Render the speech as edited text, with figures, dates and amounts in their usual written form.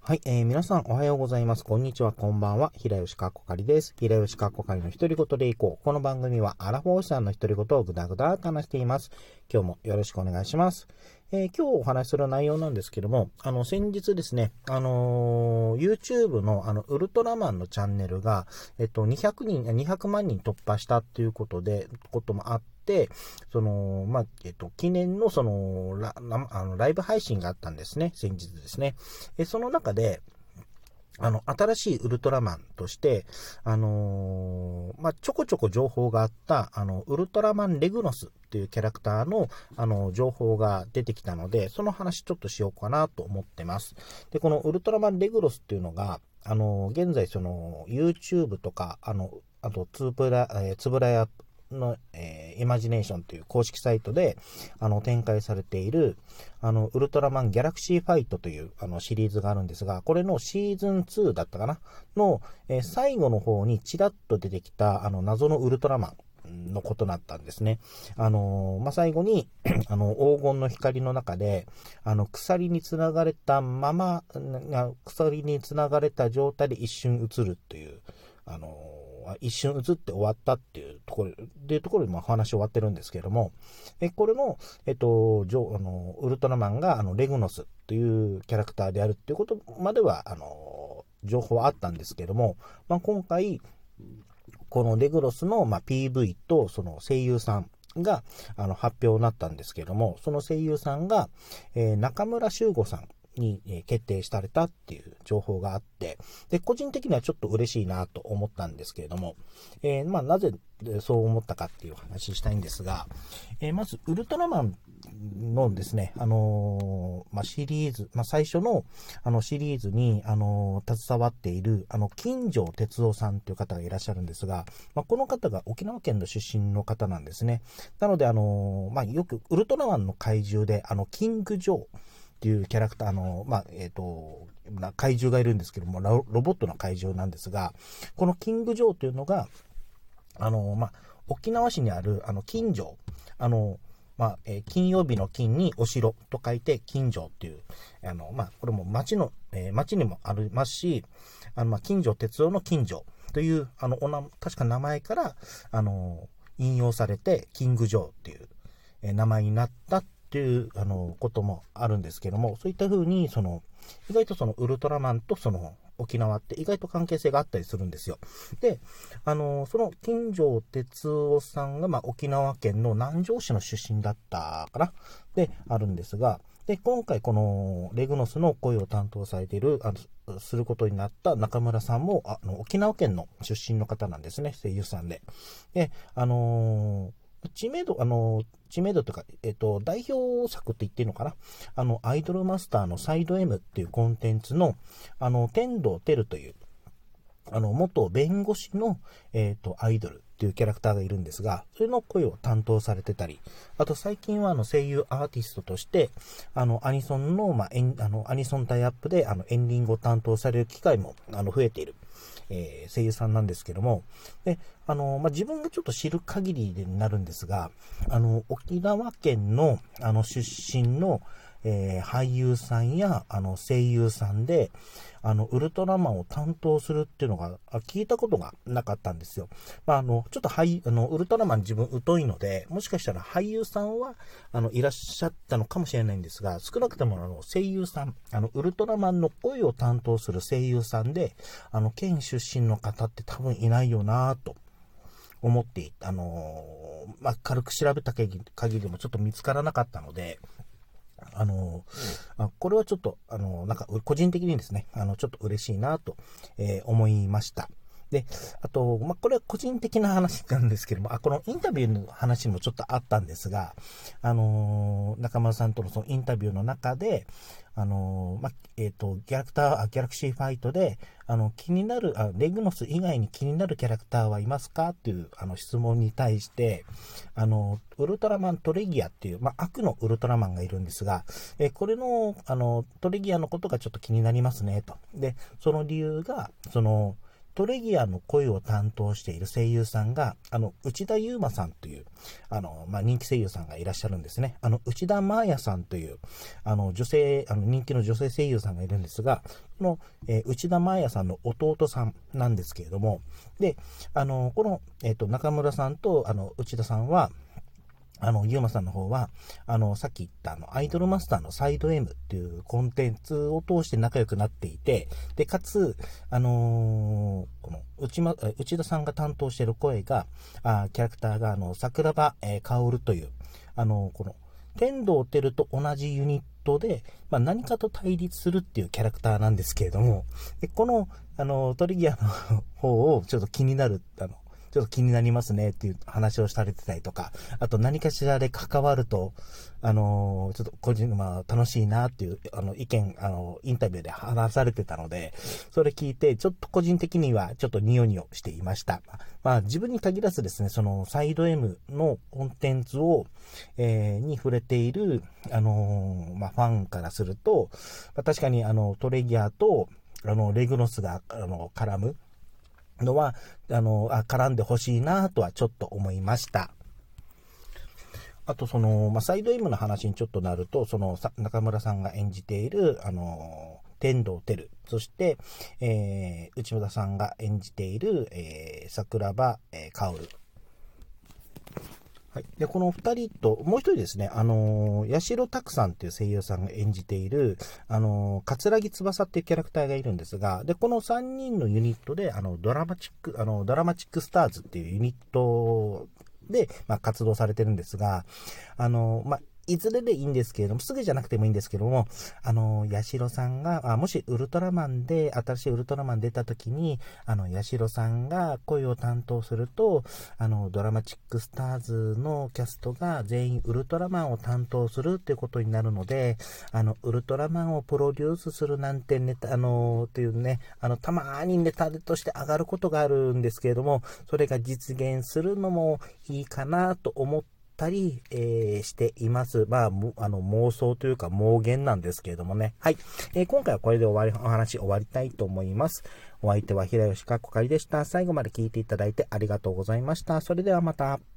はい、皆さんおはようございます。こんにちは、こんばんは。平吉かっこかりです。平吉かっこかりの独り言でいこう。この番組はアラフォーさんの独り言をぐだぐだと話しています。今日もよろしくお願いします。今日お話しする内容なんですけども、先日ですね、YouTube のウルトラマンのチャンネルが、200万人突破したということもあって、記念のライブ配信があったんですね、先日ですね。その中で、新しいウルトラマンとして、ちょこちょこ情報があった、ウルトラマンレグノスっていうキャラクターの、情報が出てきたので、その話ちょっとしようかなと思ってます。で、このウルトラマンレグノスっていうのが、現在YouTube とか、あと、つぶらやの、イマジネーションという公式サイトで展開されているウルトラマンギャラクシーファイトというシリーズがあるんですが、これのシーズン2だったかなの、最後の方にちらっと出てきた謎のウルトラマンのことだったんですね。最後に黄金の光の中で鎖につながれたまま鎖につながれた状態で一瞬映るという一瞬映って終わったっていうところで話終わってるんですけれども、これの、ウルトラマンがレグノスというキャラクターであるっていうことまでは情報はあったんですけれども、今回このレグノスの、PV とその声優さんが発表になったんですけれども、その声優さんが、中村修吾さんに決定されたっていう情報があって、で、個人的にはちょっと嬉しいなと思ったんですけれども、なぜそう思ったかっていう話したいんですが、まず、ウルトラマンのですね、シリーズ、最初のシリーズに携わっている金城哲夫さんという方がいらっしゃるんですが、この方が沖縄県の出身の方なんですね。なのでよくウルトラマンの怪獣でキング・ジョーっていうキャラクター怪獣がいるんですけども、ロボットの怪獣なんですが、このキング・ジョーというのが沖縄市にある金城、金曜日の金にお城と書いて金城っていうこれも町にもありますし、金城哲夫の金城という確か名前から引用されてキング・ジョーっていう名前になったっていうこともあるんですけども、そういった風に意外とウルトラマンと沖縄って意外と関係性があったりするんですよ。で、その金城哲夫さんが沖縄県の南城市の出身だったかなであるんですが、で今回このレグノスの声を担当されているすることになった中村さんも沖縄県の出身の方なんですね、声優さんで。で、知名度というか、代表作って言っていいのかな、アイドルマスターのサイド M っていうコンテンツの、天童てるという、元弁護士の、アイドルっていうキャラクターがいるんですが、それの声を担当されてたり、あと最近は声優アーティストとして、アニソンの、アニソンタイアップで、エンディングを担当される機会も、増えている。声優さんなんですけども、で、自分がちょっと知る限りになるんですが、沖縄県の、出身の、俳優さんや、声優さんで、ウルトラマンを担当するっていうのが、聞いたことがなかったんですよ。ちょっとウルトラマン自分疎いので、もしかしたら俳優さんは、いらっしゃったのかもしれないんですが、少なくとも声優さん、ウルトラマンの声を担当する声優さんで、県出身の方って多分いないよなぁと思って、軽く調べた限りもちょっと見つからなかったので、これはちょっと、個人的にですね、ちょっと嬉しいなと、思いました。で、あと、これは個人的な話なんですけども、このインタビューの話もちょっとあったんですが、中村さんとのそのインタビューの中で、ギャラクシーファイトで、気になる、レグノス以外に気になるキャラクターはいますかっていう、質問に対して、ウルトラマントレギアっていう、悪のウルトラマンがいるんですが、これの、トレギアのことがちょっと気になりますね、と。で、その理由が、 トレギアの声を担当している声優さんが、内田悠馬さんという、人気声優さんがいらっしゃるんですね。内田真彩さんという、女性、人気の女性声優さんがいるんですが、この、内田真彩さんの弟さんなんですけれども、で、この、中村さんと、内田さんは、ゆうまさんの方は、さっき言ったアイドルマスターのサイド M っていうコンテンツを通して仲良くなっていて、で、かつ、この内田さんが担当している声が、キャラクターが、桜庭薫という、この、天道輝と同じユニットで、何かと対立するっていうキャラクターなんですけれども、でこの、トリギアの方をちょっと気になる、ちょっと気になりますねっていう話をされてたりとか、あと何かしらで関わると、ちょっと個人、楽しいなっていう、意見、インタビューで話されてたので、それ聞いて、ちょっと個人的にはちょっとニヤニヤしていました。自分に限らずですね、そのサイド M のコンテンツを、に触れている、ファンからすると、確かにトレギアと、レグノスが、絡む、のは、絡んでほしいなとはちょっと思いました。あと、サイド M の話にちょっとなると、中村さんが演じている、天道輝、そして、内村さんが演じている、桜庭薫。はい。で、この二人と、もう一人ですね、八代拓さんっていう声優さんが演じている、桂木翼っていうキャラクターがいるんですが、で、この三人のユニットで、ドラマチックスターズっていうユニットで、活動されてるんですが、いずれでいいんですけれども、すぐじゃなくてもいいんですけども、八代さんが、もしウルトラマンで、新しいウルトラマン出た時に、八代さんが声を担当すると、ドラマチックスターズのキャストが全員ウルトラマンを担当するっていうことになるので、ウルトラマンをプロデュースするなんてネタ、っていうね、たまーにネタとして上がることがあるんですけれども、それが実現するのもいいかなと思ったり、しています。妄想というか妄言なんですけれどもね。はい。今回はこれでお話終わりたいと思います。お相手は平吉かっこかりでした。最後まで聞いていただいてありがとうございました。それではまた。